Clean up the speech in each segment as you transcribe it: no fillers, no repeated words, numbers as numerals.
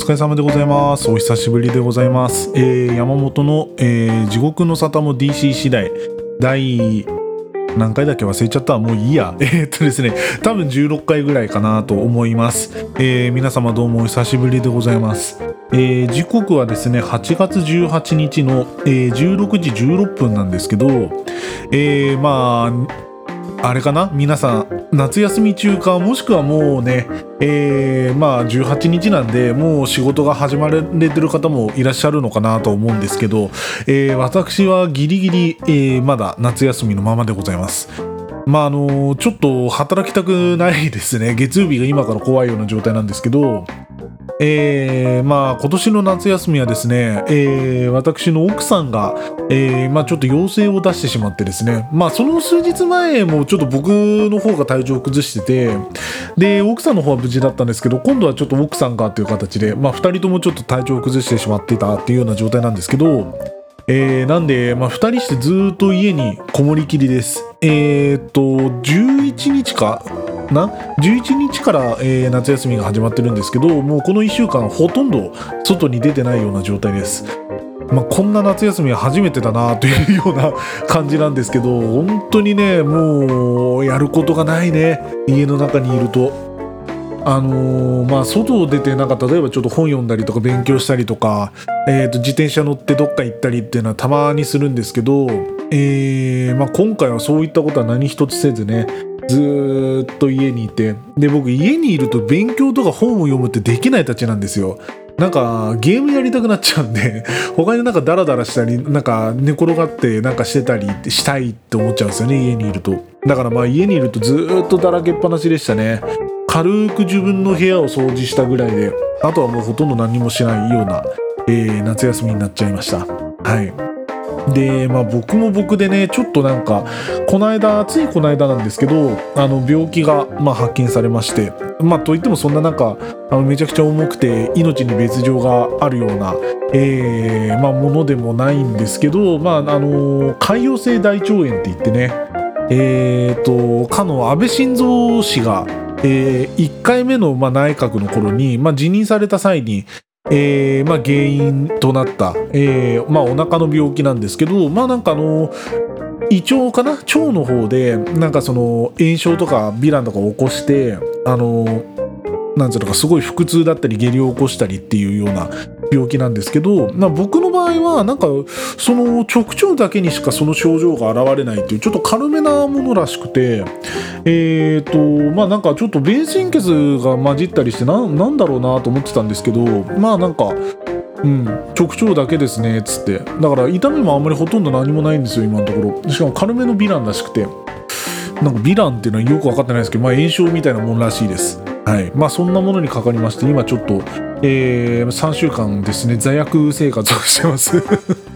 疲れ様でございます。お久しぶりでございます。山本の、地獄の沙汰も DC 次第第何回だっけ忘れちゃった。もういいや。ですね、多分16回ぐらいかなと思います。皆様どうもお久しぶりでございます。時刻はですね8月18日の、16時16分なんですけど、まああれかな、皆さん夏休み中か、もしくはもうね、まあ18日なんでもう仕事が始まれてる方もいらっしゃるのかなと思うんですけど、私はギリギリ、まだ夏休みのままでございます。まあちょっと働きたくないですね。月曜日が今から怖いような状態なんですけど、まあ今年の夏休みはですね、私の奥さんが、まあちょっと陽性を出してしまってですね、まあその数日前もちょっと僕の方が体調を崩してて、で奥さんの方は無事だったんですけど、今度はちょっと奥さんがっていう形で、まあ2人ともちょっと体調を崩してしまってたっていうような状態なんですけど、なんで、まあ、2人してずっと家にこもりきりです。11日かな11日から、夏休みが始まってるんですけど、もうこの1週間ほとんど外に出てないような状態です。まあ、こんな夏休みは初めてだなというような感じなんですけど、本当にね、もうやることがないね、家の中にいると。まあ外を出てなんか例えばちょっと本読んだりとか勉強したりとか、自転車乗ってどっか行ったりっていうのはたまにするんですけど、まあ今回はそういったことは何一つせずね、ずーっと家にいて、で僕家にいると勉強とか本を読むってできないたちなんですよ。なんかゲームやりたくなっちゃうんで、他になんかダラダラしたり、なんか寝転がってなんかしてたりしたいって思っちゃうんですよね、家にいると。だからまあ家にいるとずーっとだらけっぱなしでしたね。軽く自分の部屋を掃除したぐらいで、あとはもうほとんど何もしないような、夏休みになっちゃいました。はい。で、まあ僕も僕でね、ちょっとなんかついこの間なんですけど、病気がまあ発見されまして、まあといってもそんななんかめちゃくちゃ重くて命に別状があるような、まあものでもないんですけど、まあ潰瘍性大腸炎って言ってね、かの安倍晋三氏が1回目の、まあ、内閣の頃に、まあ、辞任された際に、まあ、原因となった、まあ、お腹の病気なんですけど、まあなんか胃腸かな、腸の方でなんかその炎症とかヴィランとかを起こしてなんつうのかすごい腹痛だったり下痢を起こしたりっていうような病気なんですけど、まあ、僕の場合はなんかその直腸だけにしかその症状が現れないっていうちょっと軽めなものらしくて、まあなんかちょっと便潜血が混じったりしてなんだろうなと思ってたんですけど、まあなんか直腸だけですねっつって、だから痛みもあんまりほとんど何もないんですよ今のところ。しかも軽めのヴィランらしくて、なんかヴィランっていうのはよく分かってないですけど、まあ炎症みたいなもんらしいです。はい。まあそんなものにかかりまして、今ちょっと、3週間ですね、罪悪生活をしてます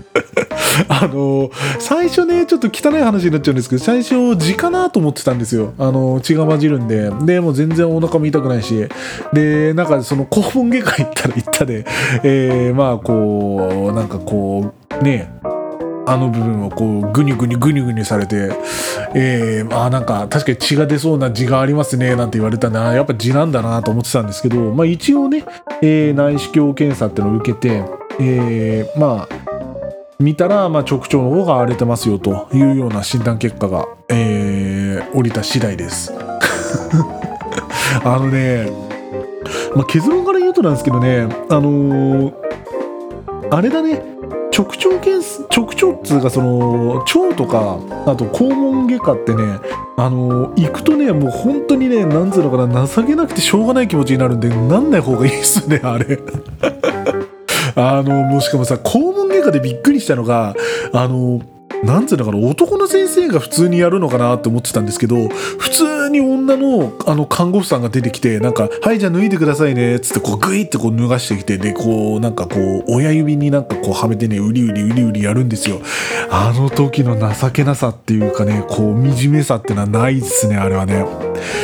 最初ねちょっと汚い話になっちゃうんですけど、最初痔かなと思ってたんですよ。血が混じるんで、でもう全然お腹も痛くないし、でなんかその肛門外科行ったで、まあこうなんかこうね、部分をこうグニュグニされて、まあなんか確かに血が出そうな痔がありますねなんて言われたんで、やっぱ痔なんだなと思ってたんですけど、まあ一応ね、内視鏡検査ってのを受けて、まあ見たら、まあ、直腸の方が荒れてますよというような診断結果が、降りた次第ですまあ、結論から言うとなんですけどね、あれだね、直腸っつうかその腸とかあと肛門外科ってね、行くとねもう本当にね、なんつうのかな、情けなくてしょうがない気持ちになるんで、なんない方がいいっすねあれもうしかもさ、肛門外科でびっくりしたのが、なんつうのかな、男の先生が普通にやるのかなって思ってたんですけど、普通に女の看護婦さんが出てきて、なんかはいじゃあ脱いでくださいねっつってこうグイってこう脱がしてきて、でこうなんかこう親指になんかこうはめてね、ウリウリやるんですよ。あの時の情けなさっていうかね、こう惨めさってのはないっすね、あれはね。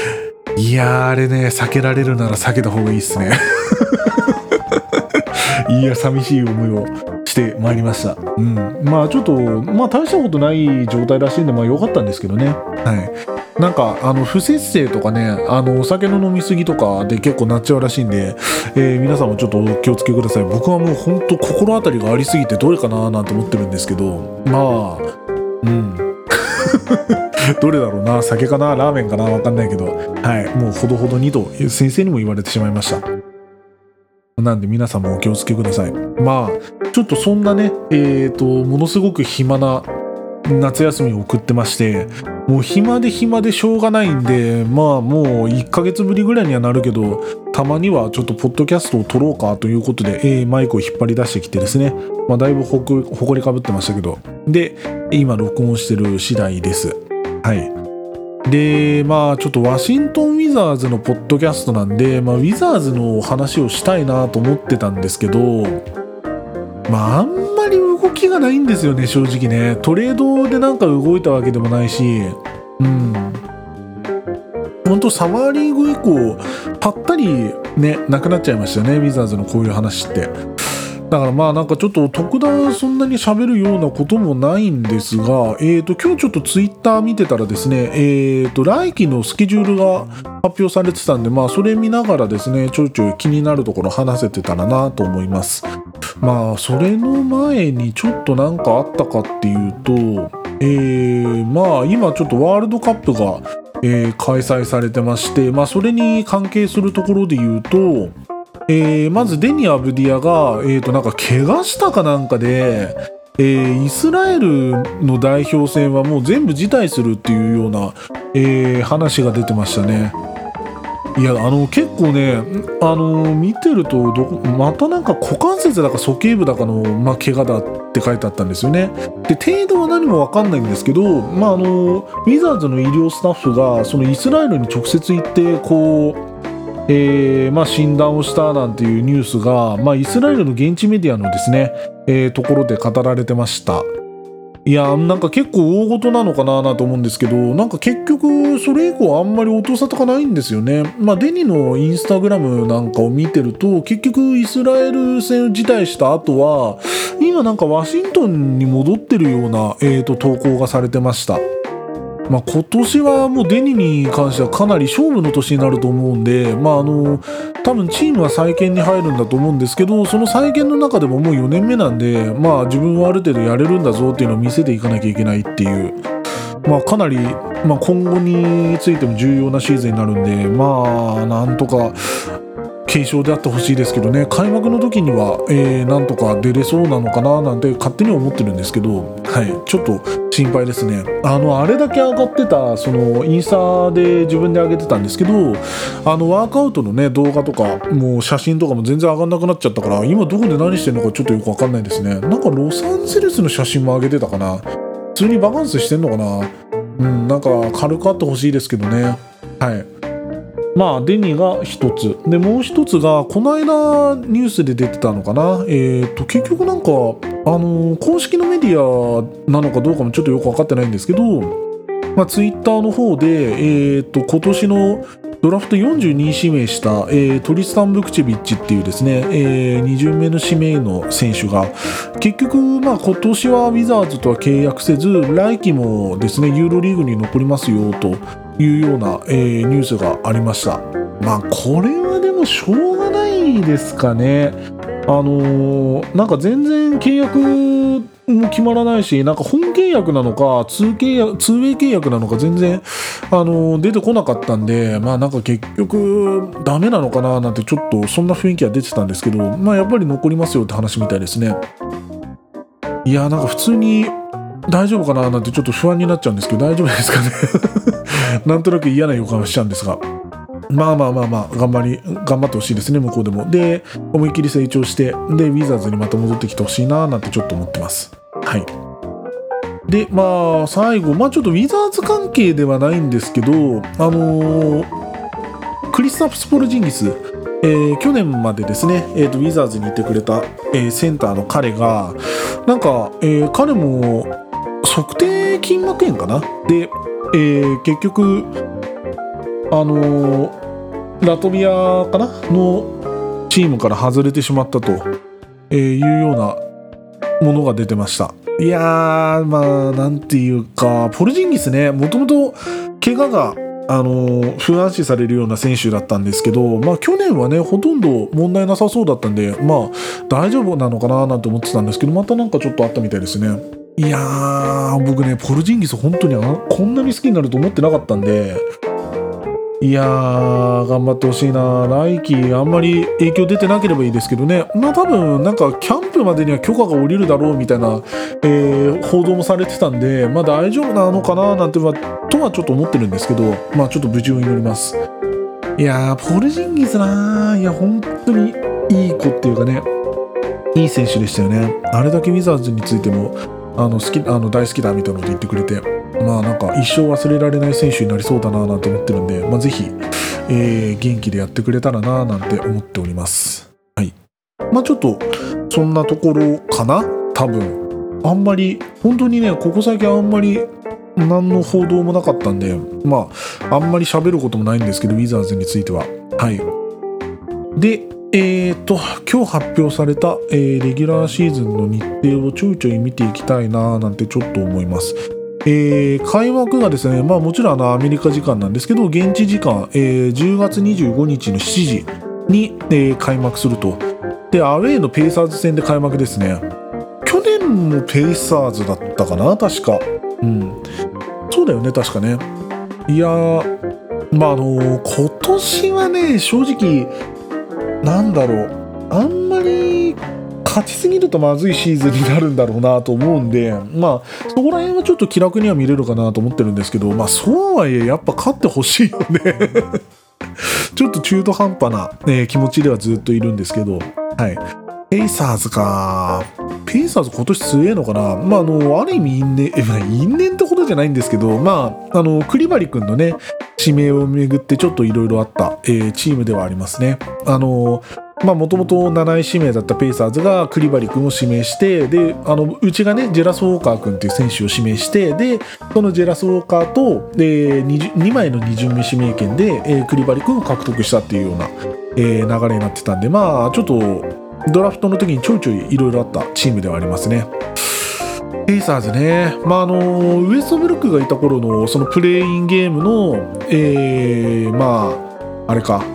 いやー、あれね、避けられるなら避けた方がいいっすねいや寂しい思いをしてまいりました。まあちょっと大したことない状態らしいんで良かったんですけどね。なんか不節制とかね、お酒の飲み過ぎとかで結構なっちゃうらしいんで、皆さんもちょっとお気をつけください。僕はもうほんと心当たりがありすぎてどれかななんて思ってるんですけど、どれだろうな、酒かなラーメンかなわかんないけど、もうほどほどにと先生にも言われてしまいました。なんで皆さんもお気をつけください。ちょっとそんなね、ものすごく暇な夏休みを送ってまして、もう暇でしょうがないんで、もう1ヶ月ぶりぐらいにはなるけど、たまにはちょっとポッドキャストを撮ろうかということで、マイクを引っ張り出してきてですね、だいぶほこりかぶってましたけど、で今録音してる次第です。でちょっとワシントンウィザーズのポッドキャストなんで、ウィザーズの話をしたいなと思ってたんですけど、あんまり動きがないんですよね、正直ね。トレードでなんか動いたわけでもないし、ほんとサマーリーグ以降ぱったりねなくなっちゃいましたよね、ウィザーズのこういう話って。だからなんかちょっと特段そんなに喋るようなこともないんですが、今日ちょっとツイッター見てたらですね、来季のスケジュールが発表されてたんで、それ見ながらですね、ちょいちょい気になるところ話せてたらなと思います。それの前にちょっとなんかあったかっていうと、今ちょっとワールドカップが、開催されてまして、それに関係するところで言うと、まずデニ・アブディアが、なんか怪我したかなんかで、イスラエルの代表戦はもう全部辞退するっていうような、話が出てましたね。いや結構ね見てるとまたなんか股関節だか鼠径部だかの、怪我だって書いてあったんですよね。で程度は何も分かんないんですけど、ウィザーズの医療スタッフがそのイスラエルに直接行ってこう診断をしたなんていうニュースが、イスラエルの現地メディアのですね、ところで語られてました。いやなんか結構大事なのかなと思うんですけど、なんか結局それ以降あんまり音沙汰がないんですよね。デニのインスタグラムなんかを見てると、結局イスラエル戦を辞退した後は今なんかワシントンに戻ってるような、投稿がされてました。今年はもうデニに関してはかなり勝負の年になると思うんで、多分チームは再建に入るんだと思うんですけど、その再建の中でももう4年目なんで、自分はある程度やれるんだぞっていうのを見せていかなきゃいけないっていう、かなり、今後についても重要なシーズンになるんで、なんとか軽症であってほしいですけどね。開幕の時には、なんとか出れそうなのかななんて勝手に思ってるんですけど、ちょっと心配ですね。あれだけ上がってたそのインスタで自分で上げてたんですけど、ワークアウトのね動画とかもう写真とかも全然上がんなくなっちゃったから、今どこで何してるのかちょっとよく分かんないですね。なんかロサンゼルスの写真も上げてたかな。普通にバカンスしてんのかな。なんか軽くあってほしいですけどね。デニが一つで、もう一つがこの間ニュースで出てたのかな。結局なんか公式のメディアなのかどうかもちょっとよく分かってないんですけど、ツイッターの方で、今年のドラフト42位指名した、トリスタン・ブクチェビッチっていうですね、2巡目の指名の選手が結局今年はウィザーズとは契約せず、来季もですねユーロリーグに残りますよというような、ニュースがありました。これはでもしょうがないですかね。なんか全然契約も決まらないし、なんか本契約なのか2ウェイ契約なのか全然出てこなかったんで、なんか結局ダメなのかななんてちょっとそんな雰囲気は出てたんですけど、やっぱり残りますよって話みたいですね。いやなんか普通に大丈夫かななんてちょっと不安になっちゃうんですけど、大丈夫ですかねなんとなく嫌な予感はしちゃうんですが、頑張ってほしいですね、向こうでも。で思いっきり成長して、でウィザーズにまた戻ってきてほしいななんてちょっと思ってます。で最後ちょっとウィザーズ関係ではないんですけど、クリスタフス・ポルジンギス、去年までですね、ウィザーズにいてくれた、センターの彼がなんか、彼も測定金額円かなで、結局ラトビアかなのチームから外れてしまったと、 いうようなものが出てました。いやー、まあなんていうか、ポルジンギスね、もともと怪我が不安視されるような選手だったんですけど、まあ去年はねほとんど問題なさそうだったんで、まあ大丈夫なのかななんて思ってたんですけど、またなんかちょっとあったみたいですね。いやー、僕ねポルジンギス本当にこんなに好きになると思ってなかったんで、いやー頑張ってほしいな。来季あんまり影響出てなければいいですけどね。まあ多分なんかキャンプまでには許可が下りるだろうみたいな、報道もされてたんで、まあ大丈夫なのかななんてとはちょっと思ってるんですけど、まあちょっと無事を祈ります。いやーポルジンギスなー、いや本当にいい子っていうかね、いい選手でしたよね。あれだけウィザーズについても大好きだみたいなこと言ってくれて、まあなんか一生忘れられない選手になりそうだななんて思ってるんで、まあぜひ、元気でやってくれたらななんて思っております。はい。まあちょっとそんなところかな。多分あんまり本当にねここ最近あんまり何の報道もなかったんで、まああんまり喋ることもないんですけど、ウィザーズについては。はい。で今日発表された、レギュラーシーズンの日程をちょいちょい見ていきたいななんてちょっと思います。開幕がですね、まあもちろんアメリカ時間なんですけど、現地時間、10月25日の7時に、開幕すると。で、アウェーのペイサーズ戦で開幕ですね。去年もペイサーズだったかな、確か。うん。そうだよね、確かね。いやー、まあ今年はね、正直、なんだろう、あんまり勝ちすぎるとまずいシーズンになるんだろうなと思うんで、まあそこら辺はちょっと気楽には見れるかなと思ってるんですけど、まあそうはいえやっぱ勝ってほしいよねちょっと中途半端な、気持ちではずっといるんですけど、はい。ペイサーズか。ペイサーズ今年強えのかな。まあある意味因縁ってことじゃないんですけど、まあクリバリ君のね指名をめぐってちょっといろいろあった、チームではありますね。まあもともと7位指名だったペイサーズがクリバリ君を指名して、でうちがねジェラス・ウォーカー君っていう選手を指名して、でそのジェラス・ウォーカーと、2枚の2巡目指名権で、クリバリ君を獲得したっていうような、流れになってたんで、まあちょっとドラフトの時にちょいちょいいろいろあったチームではありますね。ペイサーズね、まあウエストブルックがいた頃のそのプレインゲームの、まああれか、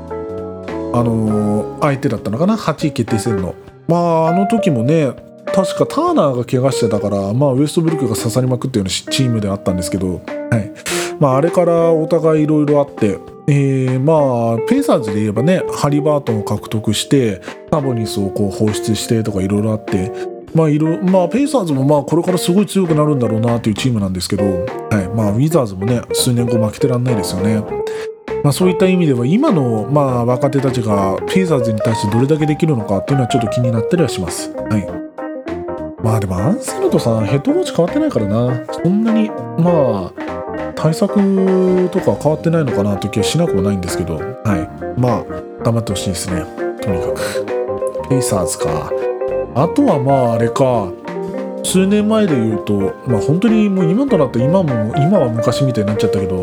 相手だったのかな、8位決定戦の。まあ時もね、確かターナーが怪我してたから、まあウエストブルックが刺さりまくったようなチームであったんですけど、はい。まああれからお互いいろいろあって、まあペイサーズで言えばね、ハリバートンを獲得してサボニスをこう放出してとかいろいろあって、まあペイサーズもまあこれからすごい強くなるんだろうなというチームなんですけど、はい。まあウィザーズもね数年後負けてらんないですよね。まあそういった意味では今のまあ若手たちがペイサーズに対してどれだけできるのかっていうのはちょっと気になったりはします。はい。まあでもアンセルトさんヘッドコーチ変わってないからな、そんなにまあ対策とかは変わってないのかなという気はしなくもないんですけど、はい。まあ頑張ってほしいですね。とにかくペイサーズか。あとはまああれか、数年前で言うと、まあ本当にもう今となって今は昔みたいになっちゃったけど、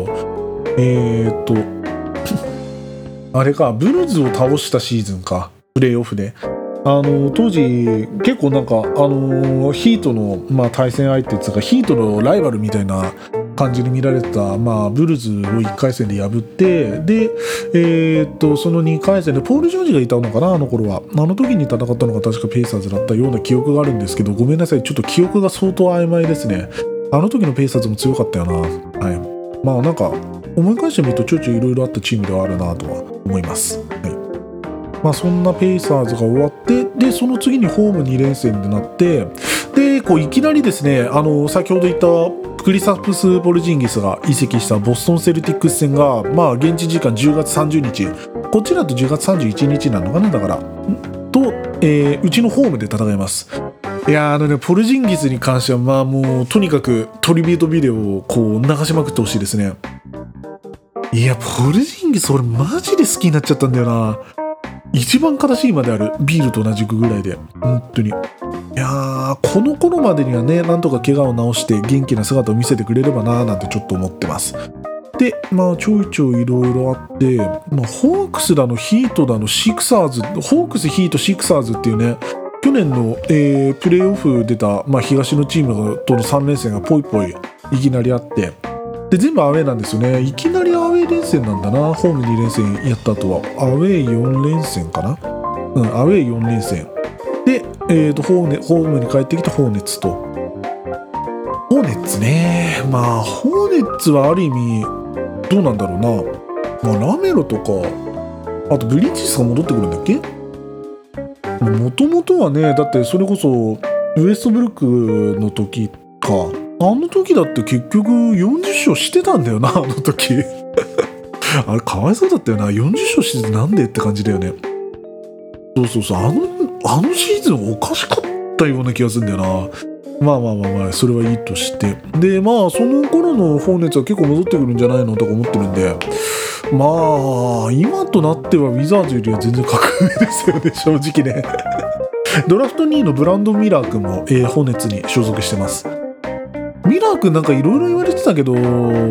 あれか、ブルズを倒したシーズンか、プレーオフで。当時結構なんかヒートの、まあ、対戦相手っていうかヒートのライバルみたいな感じに見られてた、まあ、ブルズを1回戦で破って、でその2回戦でポール・ジョージがいたのかな、あの頃は。あの時に戦ったのが確かペイサーズだったような記憶があるんですけど、ごめんなさい、ちょっと記憶が相当曖昧ですね。あの時のペイサーズも強かったよな。はい。まあなんか思い返してみるとちょいちょいいろいろあったチームではあるなとは思います。はい。まあ、そんなペイサーズが終わって、でその次にホーム2連戦になって、でこういきなりですね、先ほど言ったクリサプス・ポルジンギスが移籍したボストン・セルティックス戦が、まあ、現地時間10月30日、こっちだと10月31日なのかな、だからと、うちのホームで戦います。いやね、ポルジンギスに関してはまあもうとにかくトリビュートビデオをこう流しまくってほしいですね。いやポルジンギス俺マジで好きになっちゃったんだよな。一番悲しいまである、ビールと同じくぐらいで、本当に。いやー、この頃までにはね、なんとか怪我を治して元気な姿を見せてくれればなーなんてちょっと思ってます。で、まあちょいちょいいろいろあって、まあ、ホークスだのヒートだのシクサーズ、ホークスヒートシクサーズっていうね、 去年の、プレーオフ出た、東のチームとの3連戦がポイポイいきなりあって、で全部アウェーなんですよね。いきなりアウェー連戦なんだな。ホーム2連戦やった後はアウェー4連戦かな。アウェー4連戦で、ホームに帰ってきたホーネッツと。ホーネッツね、ホーネッツはある意味どうなんだろうな。ラメロとか、あとブリッジスが戻ってくるんだっけ。もともとはね、だってそれこそウエストブルックの時か、あの時だって結局40勝してたんだよな、あの時あれかわいそうだったよな。40勝しててなんでって感じだよね。そうあのシーズンおかしかったような気がするんだよな。それはいいとして、でその頃のホーネッツは結構戻ってくるんじゃないのとか思ってるんで、今となってはウィザーズよりは全然格上ですよね、正直ねドラフト2位のブランドン・ミラー君も、ホーネッツに所属してます。ミラー君なんかいろいろ言われてたけど、ド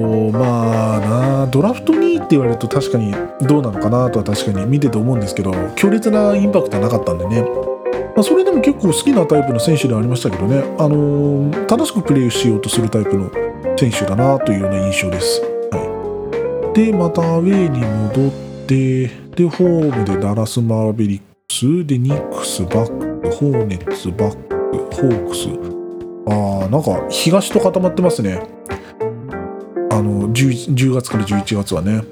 ラフト2位って言われると確かにどうなのかなとは確かに見てて思うんですけど、強烈なインパクトはなかったんでね。それでも結構好きなタイプの選手ではありましたけどね、正しくプレーしようとするタイプの選手だなというような印象です。でまたアウェーに戻って、でホームでダラス・マーベリックスでニックスバック、ホーネッツバック、ホークス、なんか東と固まってますね。10月から11月はね。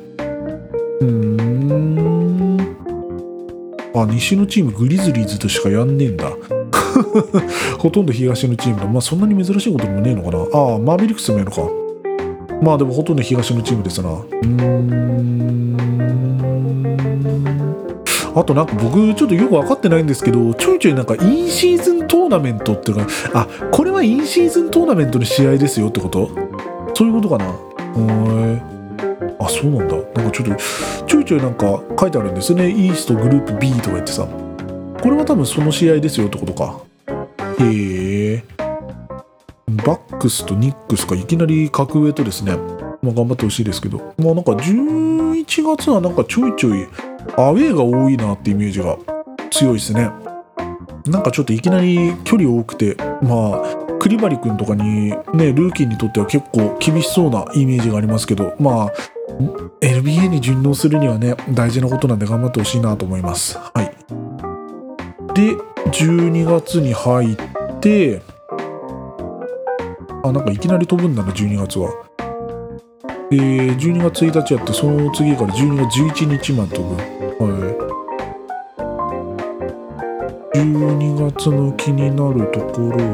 西のチームグリズリーズとしかやんねえんだほとんど東のチームだ。そんなに珍しいこともねえのかな。マーベリックスもやるのか。でもほとんど東のチームですな。あとなんか僕ちょっとよく分かってないんですけど、ちょいちょいなんかインシーズントーナメントっていうか、これはインシーズントーナメントの試合ですよってこと？そういうことかな。そうなんだ。なんかちょっとちょいちょいなんか書いてあるんですよね。イーストグループ B とか言ってさ、これは多分その試合ですよってことか。バックスとニックスがいきなり格上とですね、頑張ってほしいですけど、なんか11月はなんかちょいちょいアウェーが多いなってイメージが強いですね。なんかちょっといきなり距離多くて、クリバリ君とかにね、ルーキーにとっては結構厳しそうなイメージがありますけど、NBA に順応するにはね、大事なことなんで頑張ってほしいなと思います。で12月に入って、なんかいきなり飛ぶんだな、12月は。12月1日やって、その次から12月11日まで飛ぶ。12月の気になるところ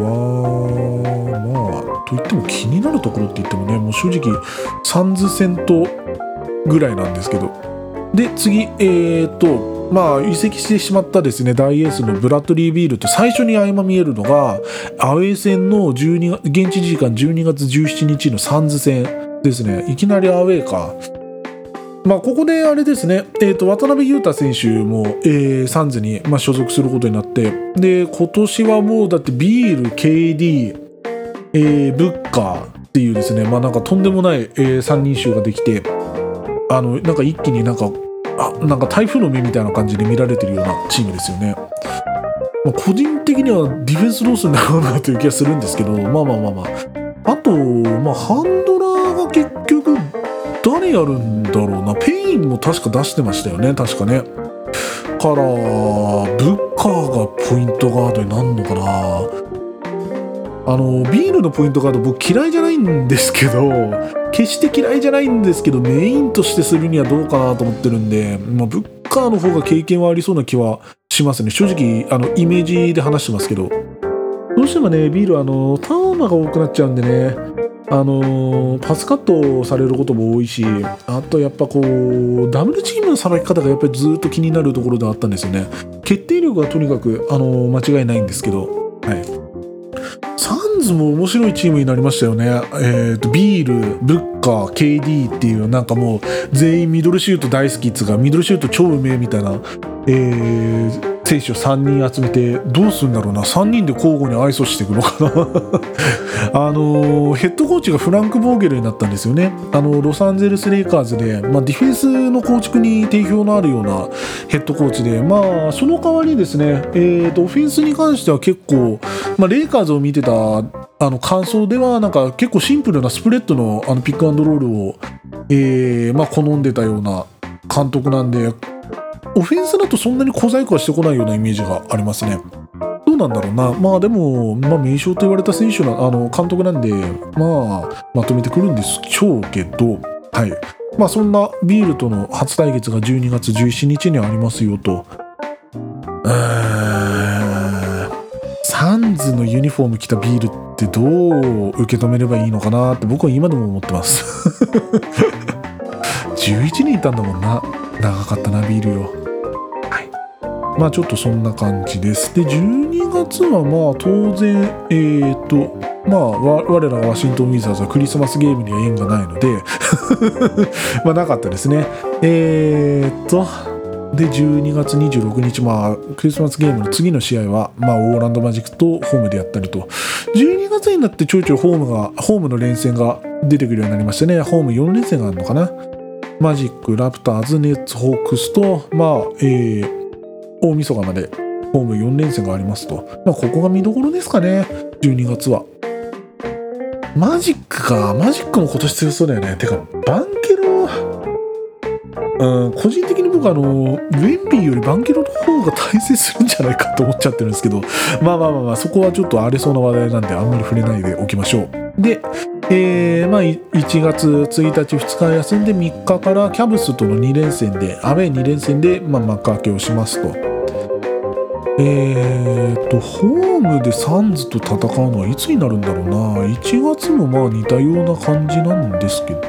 は、といっても気になるところって言ってもね、もう正直サンズ戦とぐらいなんですけど、で次移籍してしまったですね、大エースのブラッドリー・ビールと最初に相まみえるのがアウェー戦の現地時間12月17日のサンズ戦ですね。いきなりアウェーか。ここであれですね、渡辺裕太選手も、サンズに、所属することになって、で今年はもうだってビール KD、ブッカーっていうですね、なんかとんでもない、3人衆ができて、なんか一気になんか台風の目みたいな感じで見られてるようなチームですよね。個人的にはディフェンスどうするんだろうなという気がするんですけど、あとハンドラーが結局誰やるんだろうな。ペインも確か出してましたよね、確かね。からブッカーがポイントガードになるのかな。ビールのポイントガード僕嫌いじゃないんですけど、決して嫌いじゃないんですけど、メインとしてするにはどうかなと思ってるんで、ブッカーの方が経験はありそうな気はしますね。正直イメージで話してますけど、どうしてもねビールはターンが多くなっちゃうんでね、パスカットされることも多いし、あとやっぱダブルチームのさばき方がやっぱりずっと気になるところではあったんですよね。決定力がとにかく間違いないんですけど、サンズも面白いチームになりましたよね。ビール、ブッカー、KD っていう、なんかもう全員ミドルシュート大好きっつうか、ミドルシュート超うめえみたいな、 選手を3人集めてどうするんだろうな。3人で交互に愛想していくのかなヘッドコーチがフランク・ボーゲルになったんですよね。ロサンゼルス・レイカーズで、ディフェンスの構築に定評のあるようなヘッドコーチで、その代わりですね、オフェンスに関しては結構、レイカーズを見てた感想ではなんか結構シンプルなスプレッドのピックアンドロールを、好んでたような監督なんで、オフェンスだとそんなに小細工はしてこないようなイメージがありますね。どうなんだろうな。でも、名将と言われた選手の監督なんで、まとめてくるんでしょうけど、はい。そんなビールとの初対決が12月17日にありますよと。サンズのユニフォーム着たビールってどう受け止めればいいのかなって僕は今でも思ってます11人いたんだもんな。長かったなビールよ。はい。ちょっとそんな感じです。で12月は当然我らワシントンウィザーズはクリスマスゲームには縁がないのでなかったですね。で12月26日クリスマスゲームの次の試合はオーランドマジックとホームでやったりと、12月になってちょいちょいホームの連戦が出てくるようになりましたね。ホーム4連戦があるのかな。マジック、ラプターズ、ネッツ、ホークスと大晦日までホーム4連戦がありますと、ここが見どころですかね。12月はマジックも今年強そうだよね。てかバンケロ、個人的に僕ウェンビーよりバンケロの方が大成するんじゃないかと思っちゃってるんですけど、そこはちょっと荒れそうな話題なんであんまり触れないでおきましょう。で1月1日2日休んで3日からキャブスとの2連戦でアウェー2連戦で幕開けをしますと、ホームでサンズと戦うのはいつになるんだろうな。1月も似たような感じなんですけど、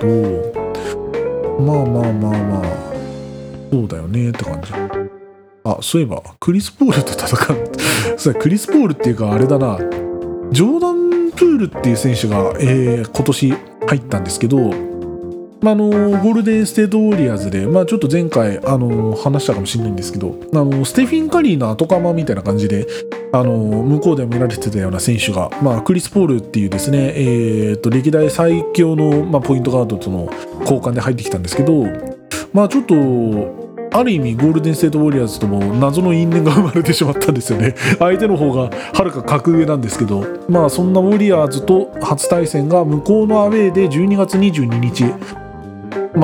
そうだよねって感じ。そういえばクリス・ポールと戦うそうクリス・ポールっていうかあれだな、ジョーダン・プールっていう選手が、今年入ったんですけど、ゴールデンステートウォリアーズで、ちょっと前回話したかもしれないんですけど、ステフィン・カリーの後釜みたいな感じで向こうでは見られてたような選手が、クリス・ポールっていうですね、歴代最強の、ポイントガードとの交換で入ってきたんですけど、ちょっとある意味ゴールデンステートウォリアーズとも謎の因縁が生まれてしまったんですよね。相手の方がはるか格上なんですけど、そんなウォリアーズと初対戦が向こうのアウェーで12月22日、プ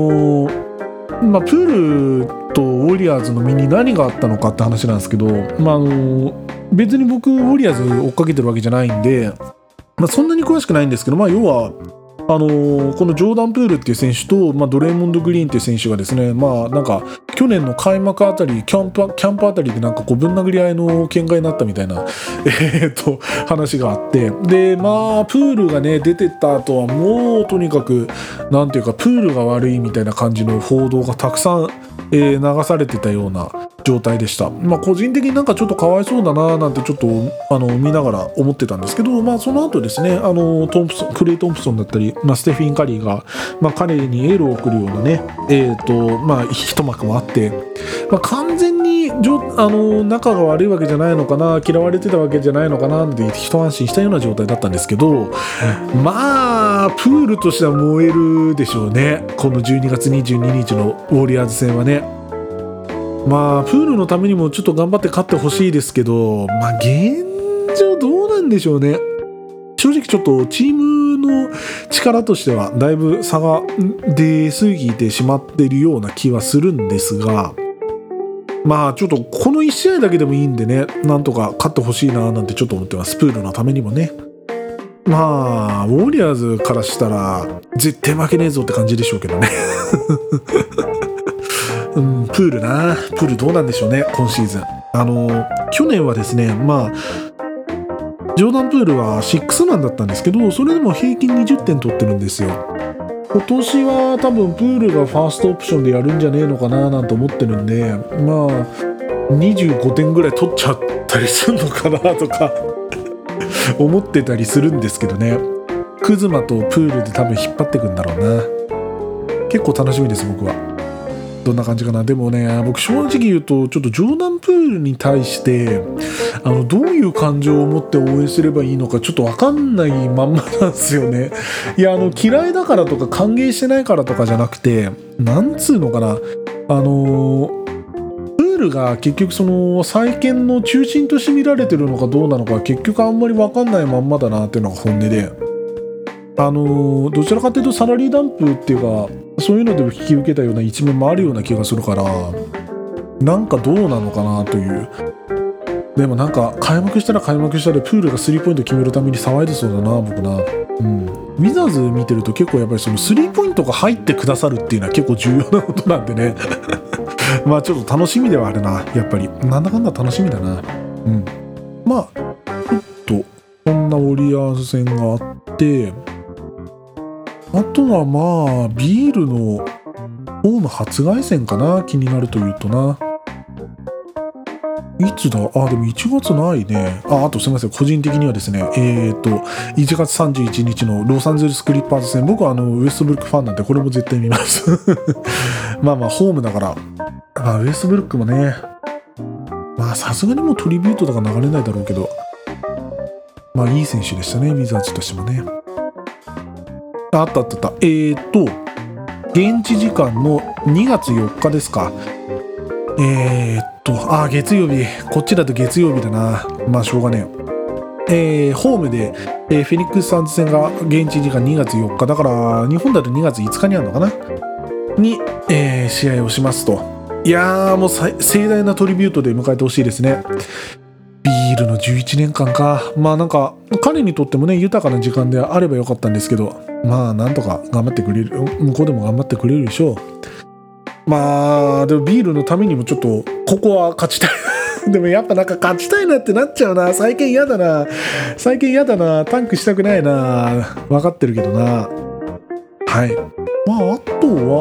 ールとウォリアーズの身に何があったのかって話なんですけど、別に僕ウォリアーズ追っかけてるわけじゃないんで、そんなに詳しくないんですけど、要はこのジョーダン・プールっていう選手と、ドレーモンド・グリーンっていう選手がですね、なんか去年の開幕あたりキャンプあたりでなんかぶん殴り合いの喧嘩になったみたいな話があって、でプールがね出てった後はもうとにかくなんていうかプールが悪いみたいな感じの報道がたくさん、流されてたような状態でした。個人的になんかちょっとかわいそうだななんてちょっと見ながら思ってたんですけど、その後ですねクレイ・トンプソンだったり、ステフィン・カリーが、彼にエールを送るようなね一幕もあって、完全に仲が悪いわけじゃないのかな、嫌われてたわけじゃないのかなって一安心したような状態だったんですけど、プールとしては燃えるでしょうね。この12月22日のウォリアーズ戦はね。プールのためにもちょっと頑張って勝ってほしいですけど、現状どうなんでしょうね。正直ちょっとチームの力としてはだいぶ差が出過ぎてしまっているような気はするんですが、ちょっとこの1試合だけでもいいんでね、なんとか勝ってほしいななんてちょっと思ってます。プールのためにもね。ウォリアーズからしたら絶対負けねえぞって感じでしょうけどねプールどうなんでしょうね今シーズン。去年はですねジョーダン・プールは6マンだったんですけど、それでも平均20点取ってるんですよ。今年は多分プールがファーストオプションでやるんじゃねえのかななんて思ってるんで、25点ぐらい取っちゃったりするのかなとか思ってたりするんですけどね。クズマとプールで多分引っ張ってくんだろうな。結構楽しみです僕は。 どんな感じかな。でもね、僕正直言うとちょっとジョーダン・プールに対してどういう感情を持って応援すればいいのかちょっと分かんないまんまなんですよね。いや嫌いだからとか歓迎してないからとかじゃなくて、なんつうのかな、プールが結局その再建の中心として見られてるのかどうなのか結局あんまり分かんないまんまだなっていうのが本音で、どちらかというとサラリーダンプっていうかそういうのでも引き受けたような一面もあるような気がするから、なんかどうなのかなという。でもなんか開幕したら開幕したらプールがスリーポイント決めるために騒いでそうだな僕な。ウィザーズ見てると結構やっぱりそのスリーポイントが入ってくださるっていうのは結構重要なことなんでねまあちょっと楽しみではあるな、やっぱりなんだかんだ楽しみだな。まあちょっとそんなウォリアーズ戦があって、あとはまあビールのホーム初凱旋かな、気になるというとな。いつだ、でも1月ないね。あとすみません、個人的にはですね、1月31日のロサンゼルスクリッパーズ戦、僕はウエストブルックファンなんでこれも絶対見ますまあまあホームだから、ウエストブルックもね、まあさすがにもうトリビュートとか流れないだろうけど、まあいい選手でしたね、ウィザーズとしてもね。あった。現地時間の2月4日ですか。月曜日、こっちだと月曜日だな。まあしょうがねえ。ホームで、フェニックスサンズ戦が現地時間2月4日だから日本だと2月5日にあるのかなに、試合をしますと。いやーもう盛大なトリビュートで迎えてほしいですね。ビールの11年間か。まあなんか彼にとってもね豊かな時間であればよかったんですけど、まあなんとか頑張ってくれる、向こうでも頑張ってくれるでしょう。まあでもビールのためにもちょっとここは勝ちたいでもやっぱなんか勝ちたいなってなっちゃうな。最近嫌だな、タンクしたくないな、分かってるけどな。はい。まああ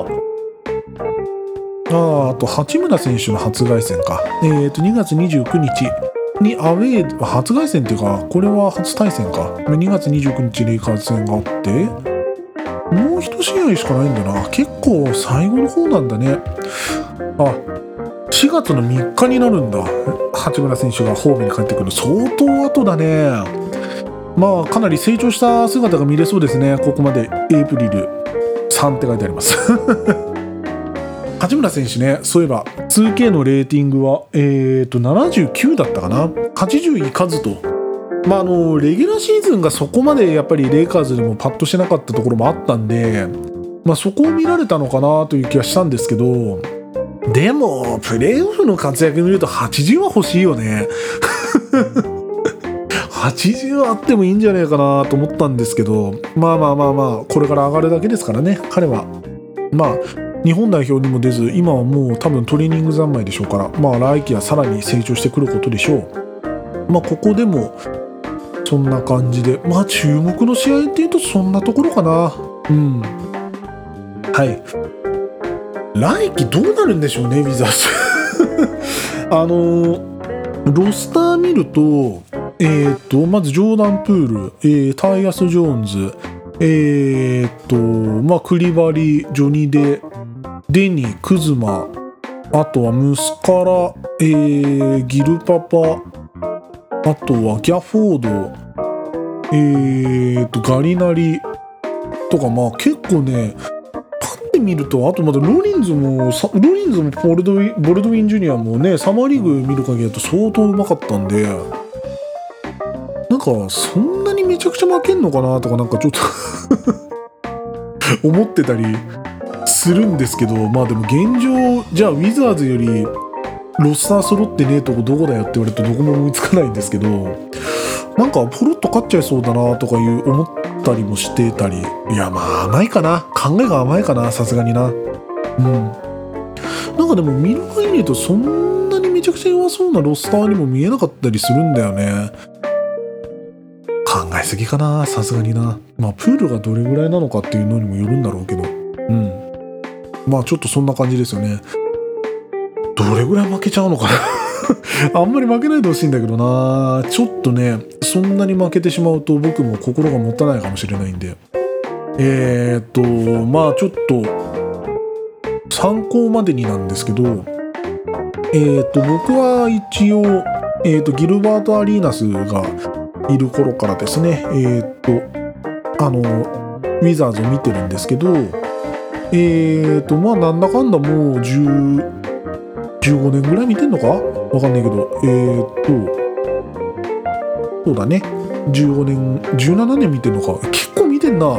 と八村選手の初凱旋か。2月29日にアウェー、初凱旋っていうかこれは初対戦か。2月29日レイカーズ戦があって、もう一試合しかないんだな。結構最後の方なんだね。4月の3日になるんだ。八村選手がホームに帰ってくる。相当後だね。まあかなり成長した姿が見れそうですね。ここまでエイプリル3って書いてあります八村選手ね、そういえば 2K のレーティングは79だったかな。80いかずと。まあレギュラーシーズンがそこまでやっぱりレイカーズでもパッとしなかったところもあったんで、まあそこを見られたのかなという気はしたんですけど、でもプレーオフの活躍見ると80は欲しいよね80はあってもいいんじゃないかなと思ったんですけど、まあこれから上がるだけですからね、彼は。まあ日本代表にも出ず、今はもう多分トレーニング三昧でしょうから、まあ来季はさらに成長してくることでしょう。まあここでもそんな感じで、まあ注目の試合っていうとそんなところかな。はい。来季どうなるんでしょうね、ウィザーズロスター見ると、まずジョーダン・プール、タイアス・ジョーンズ、クリバリ、ジョニデ、デニ、クズマ、あとはムスカラ、ギルパパ、あとはギャフォード、ガリナリとか、まあ結構ね、パッて見ると、あとまだロリンズもボルドウィンジュニアもね、サマーリーグ見る限りだと相当うまかったんで、なんかそんなにめちゃくちゃ負けんのかなとかなんかちょっと思ってたりするんですけど、まあでも現状じゃあウィザーズよりロスター揃ってねえとこどこだよって言われるとどこも思いつかないんですけど、なんかポロッと勝っちゃいそうだなとか思ったりもしてたり、いやまあ甘いかな、考えが甘いかな、さすがにな。なんかでも見る限りとそんなにめちゃくちゃ弱そうなロスターにも見えなかったりするんだよね。考えすぎかな、さすがにな。まあプールがどれぐらいなのかっていうのにもよるんだろうけど、まあちょっとそんな感じですよね。どれぐらい負けちゃうのかなあんまり負けないでほしいんだけどな。ちょっとね、そんなに負けてしまうと僕も心が持たないかもしれないんで、まあちょっと参考までになんですけど、僕は一応、ギルバート・アリーナスがいる頃からですね、ウィザーズを見てるんですけど、まあなんだかんだもう15年ぐらい見てんのかわかんないけど、そうだね、15年、17年見てんのか、結構見てんな。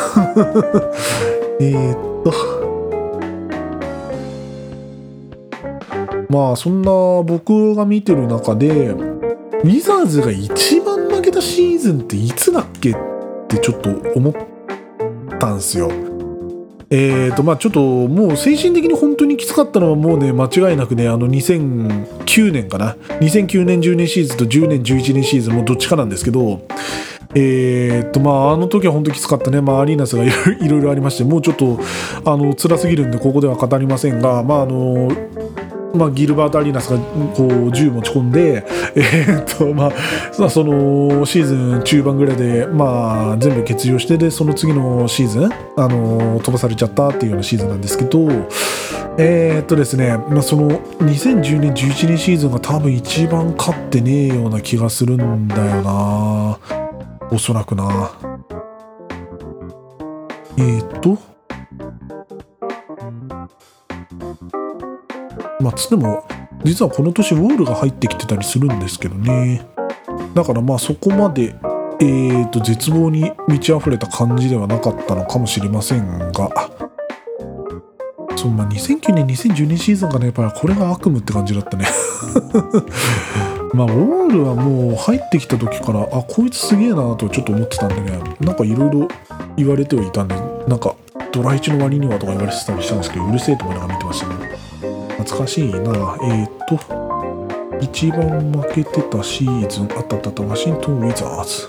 まあそんな僕が見てる中で、ウィザーズが一番負けたシーズンっていつだっけってちょっと思ったんすよ。まあちょっともう精神的に本当にきつかったのはもうね、間違いなくね、2009年かな、2009年10年シーズンと10年11年シーズンもどっちかなんですけど、まああの時は本当にきつかったね。まあアリーナスがいろいろありまして、もうちょっと辛すぎるんでここでは語りませんが、まあギルバート・アリーナスがこう銃持ち込んで、まあそのシーズン中盤ぐらいで、まあ、全部欠場して、でその次のシーズン飛ばされちゃったっていうようなシーズンなんですけど、ですね、まあ、その2010年11年シーズンが多分一番勝ってねえような気がするんだよな、おそらくな。まあつっても実はこの年ウォールが入ってきてたりするんですけどね。だからまあそこまで絶望に満ち溢れた感じではなかったのかもしれませんが、まあ2009年2010年シーズンがね、やっぱりこれが悪夢って感じだったね。まあウォールはもう入ってきた時からこいつすげえなとちょっと思ってたんでね、なんかいろいろ言われてはいたんで、なんかドラ1の割にはとか言われてたりしたんですけど、うるせえと思いながら見てましたね。懐かしいな。一番負けてたシーズン、ワシントン・ウィザーズ。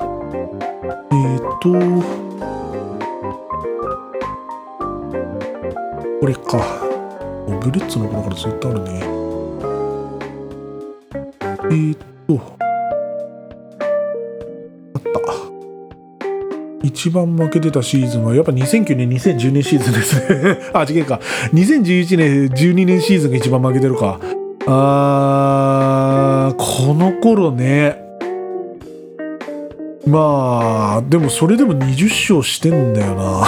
これか。ブレッツの頃からずっとあるね。あった。一番負けてたシーズンはやっぱ2009年2010年シーズンですね。違うか、2011年12年シーズンが一番負けてるか。この頃ね。まあでもそれでも20勝してんだよな。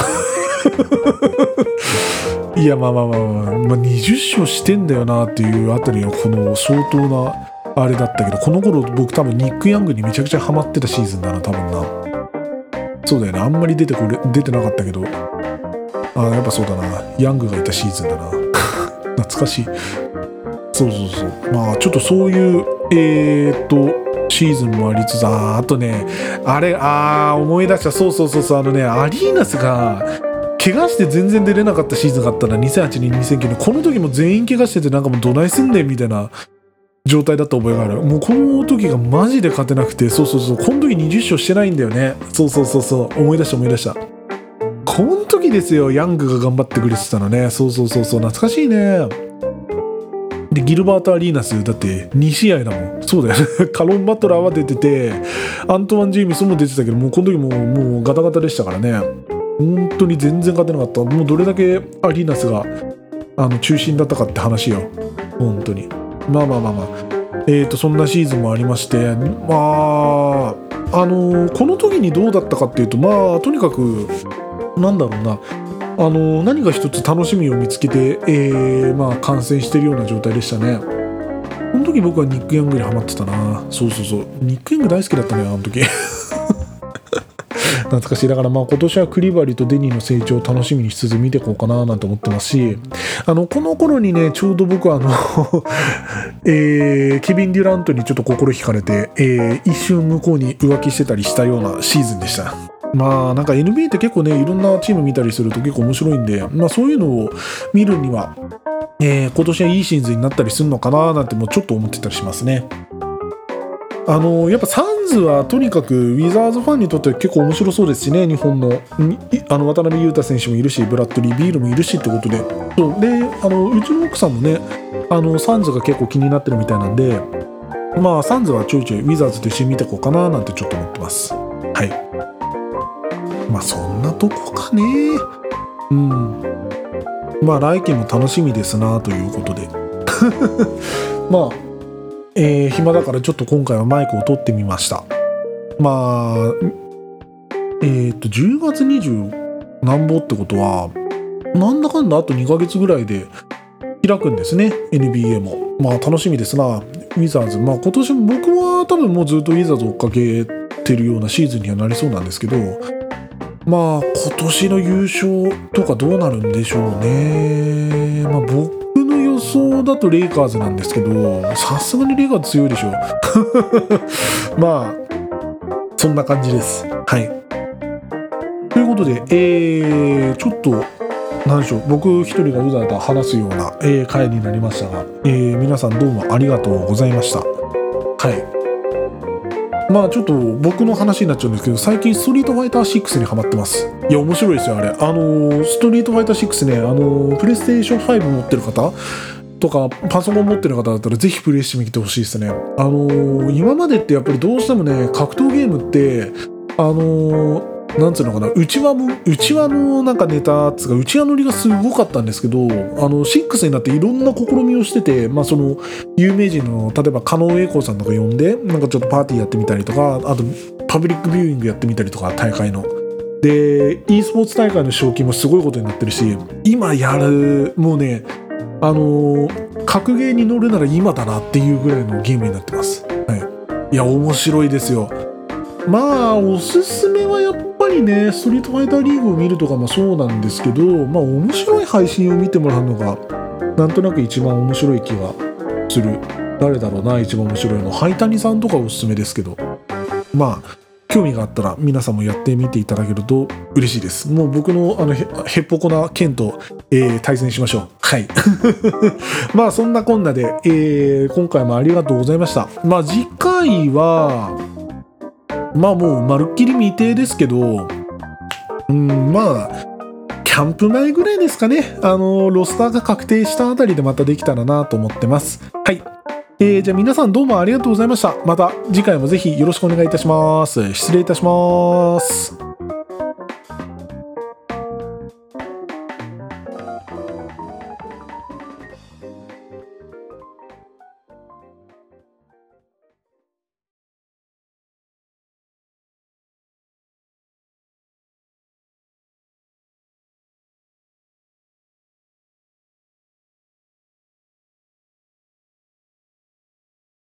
いやまあ20勝してんだよなっていうあたりはこの相当なあれだったけど、この頃僕多分ニック・ヤングにめちゃくちゃハマってたシーズンだな、多分な。そうだよね、あんまり出てなかったけど、やっぱそうだな、ヤングがいたシーズンだな。懐かしい。そうまあちょっとそういうシーズンもありつつ、あとね、思い出した。そうアリーナスが怪我して全然出れなかったシーズンがあったな、2008年2009年。この時も全員怪我してて、なんかもうどないすんねんみたいな状態だった覚えがある。もうこの時がマジで勝てなくて、この時20勝してないんだよね。思い出したこの時ですよ、ヤングが頑張ってくれてたのね。懐かしいね。でギルバート・アリーナスだって2試合だもん。そうだよね。カロン・バトラーは出てて、アントワン・ジェイミソンも出てたけど、もうこの時もうガタガタでしたからね。本当に全然勝てなかった。もうどれだけアリーナスが中心だったかって話よ、本当に。まあそんなシーズンもありまして、この時にどうだったかっていうと、とにかくなんだろうな、何か一つ楽しみを見つけて、観戦してるような状態でしたね。この時僕はニック・ヤングにハマってたな。ニック・ヤング大好きだったね、あの時。懐かしい。だから今年はクリバリとデニーの成長を楽しみにしつつ見ていこうかななんて思ってますし、この頃にね、ちょうど僕はケビン・デュラントにちょっと心惹かれて、一瞬向こうに浮気してたりしたようなシーズンでした。なんか NBA って結構ね、いろんなチーム見たりすると結構面白いんで、そういうのを見るには、今年はいいシーズンになったりするのかななんてもちょっと思ってたりしますね。やっぱサンズはとにかくウィザーズファンにとっては結構面白そうですしね。日本の渡辺裕太選手もいるし、ブラッドリー・ビールもいるしってことで、うちの奥さんもね、サンズが結構気になってるみたいなんで、サンズはちょいちょいウィザーズと一緒に見ていこうかななんてちょっと思ってます。はい。そんなとこかね。 まあ来期も楽しみですなということでまあ、暇だからちょっと今回はマイクを取ってみました。まあ10月20何ぼってことはなんだかんだあと2ヶ月ぐらいで開くんですね、 NBA も。まあ楽しみですな。ウィザーズ、まあ今年も僕は多分もうずっとウィザーズ追っかけてるようなシーズンにはなりそうなんですけど、まあ今年の優勝とかどうなるんでしょうね。まあ僕の予想だとレイカーズなんですけど、さすがにレイカーズ強いでしょまあそんな感じです。はい。ということで、ちょっと何でしょう、僕一人がうだうだ話すような、回になりましたが、皆さんどうもありがとうございました。はい。まあちょっと僕の話になっちゃうんですけど、最近ストリートファイター6にハマってます。いや面白いですよあれ。ストリートファイター6ね、プレイステーション5持ってる方とかパソコン持ってる方だったらぜひプレイしてみてほしいですね。今までってやっぱりどうしてもね、格闘ゲームってなんつうのかな、内輪のなんかネタつうか内輪乗りがすごかったんですけど、6になっていろんな試みをしてて、まあその有名人の例えば狩野英孝さんとか呼んでなんかちょっとパーティーやってみたりとか、あとパブリックビューイングやってみたりとか、大会ので e スポーツ大会の賞金もすごいことになってるし、今やるもうね、格ゲーに乗るなら今だなっていうぐらいのゲームになってます。はい。いや面白いですよ。まあおすすめはやっぱりね、ストリートファイターリーグを見るとかもそうなんですけど、まあ面白い配信を見てもらうのがなんとなく一番面白い気がする。誰だろうな、一番面白いの。ハイタニさんとかおすすめですけど、まあ興味があったら皆さんもやってみていただけると嬉しいです。もう僕のへっぽこな剣と、対戦しましょう。はい。まあそんなこんなで、今回もありがとうございました。まあ次回はまあもうまるっきり未定ですけど、まあキャンプ前ぐらいですかね。ロスターが確定したあたりでまたできたらなと思ってます。はい。じゃあ皆さんどうもありがとうございました。また次回もぜひよろしくお願いいたします。失礼いたします。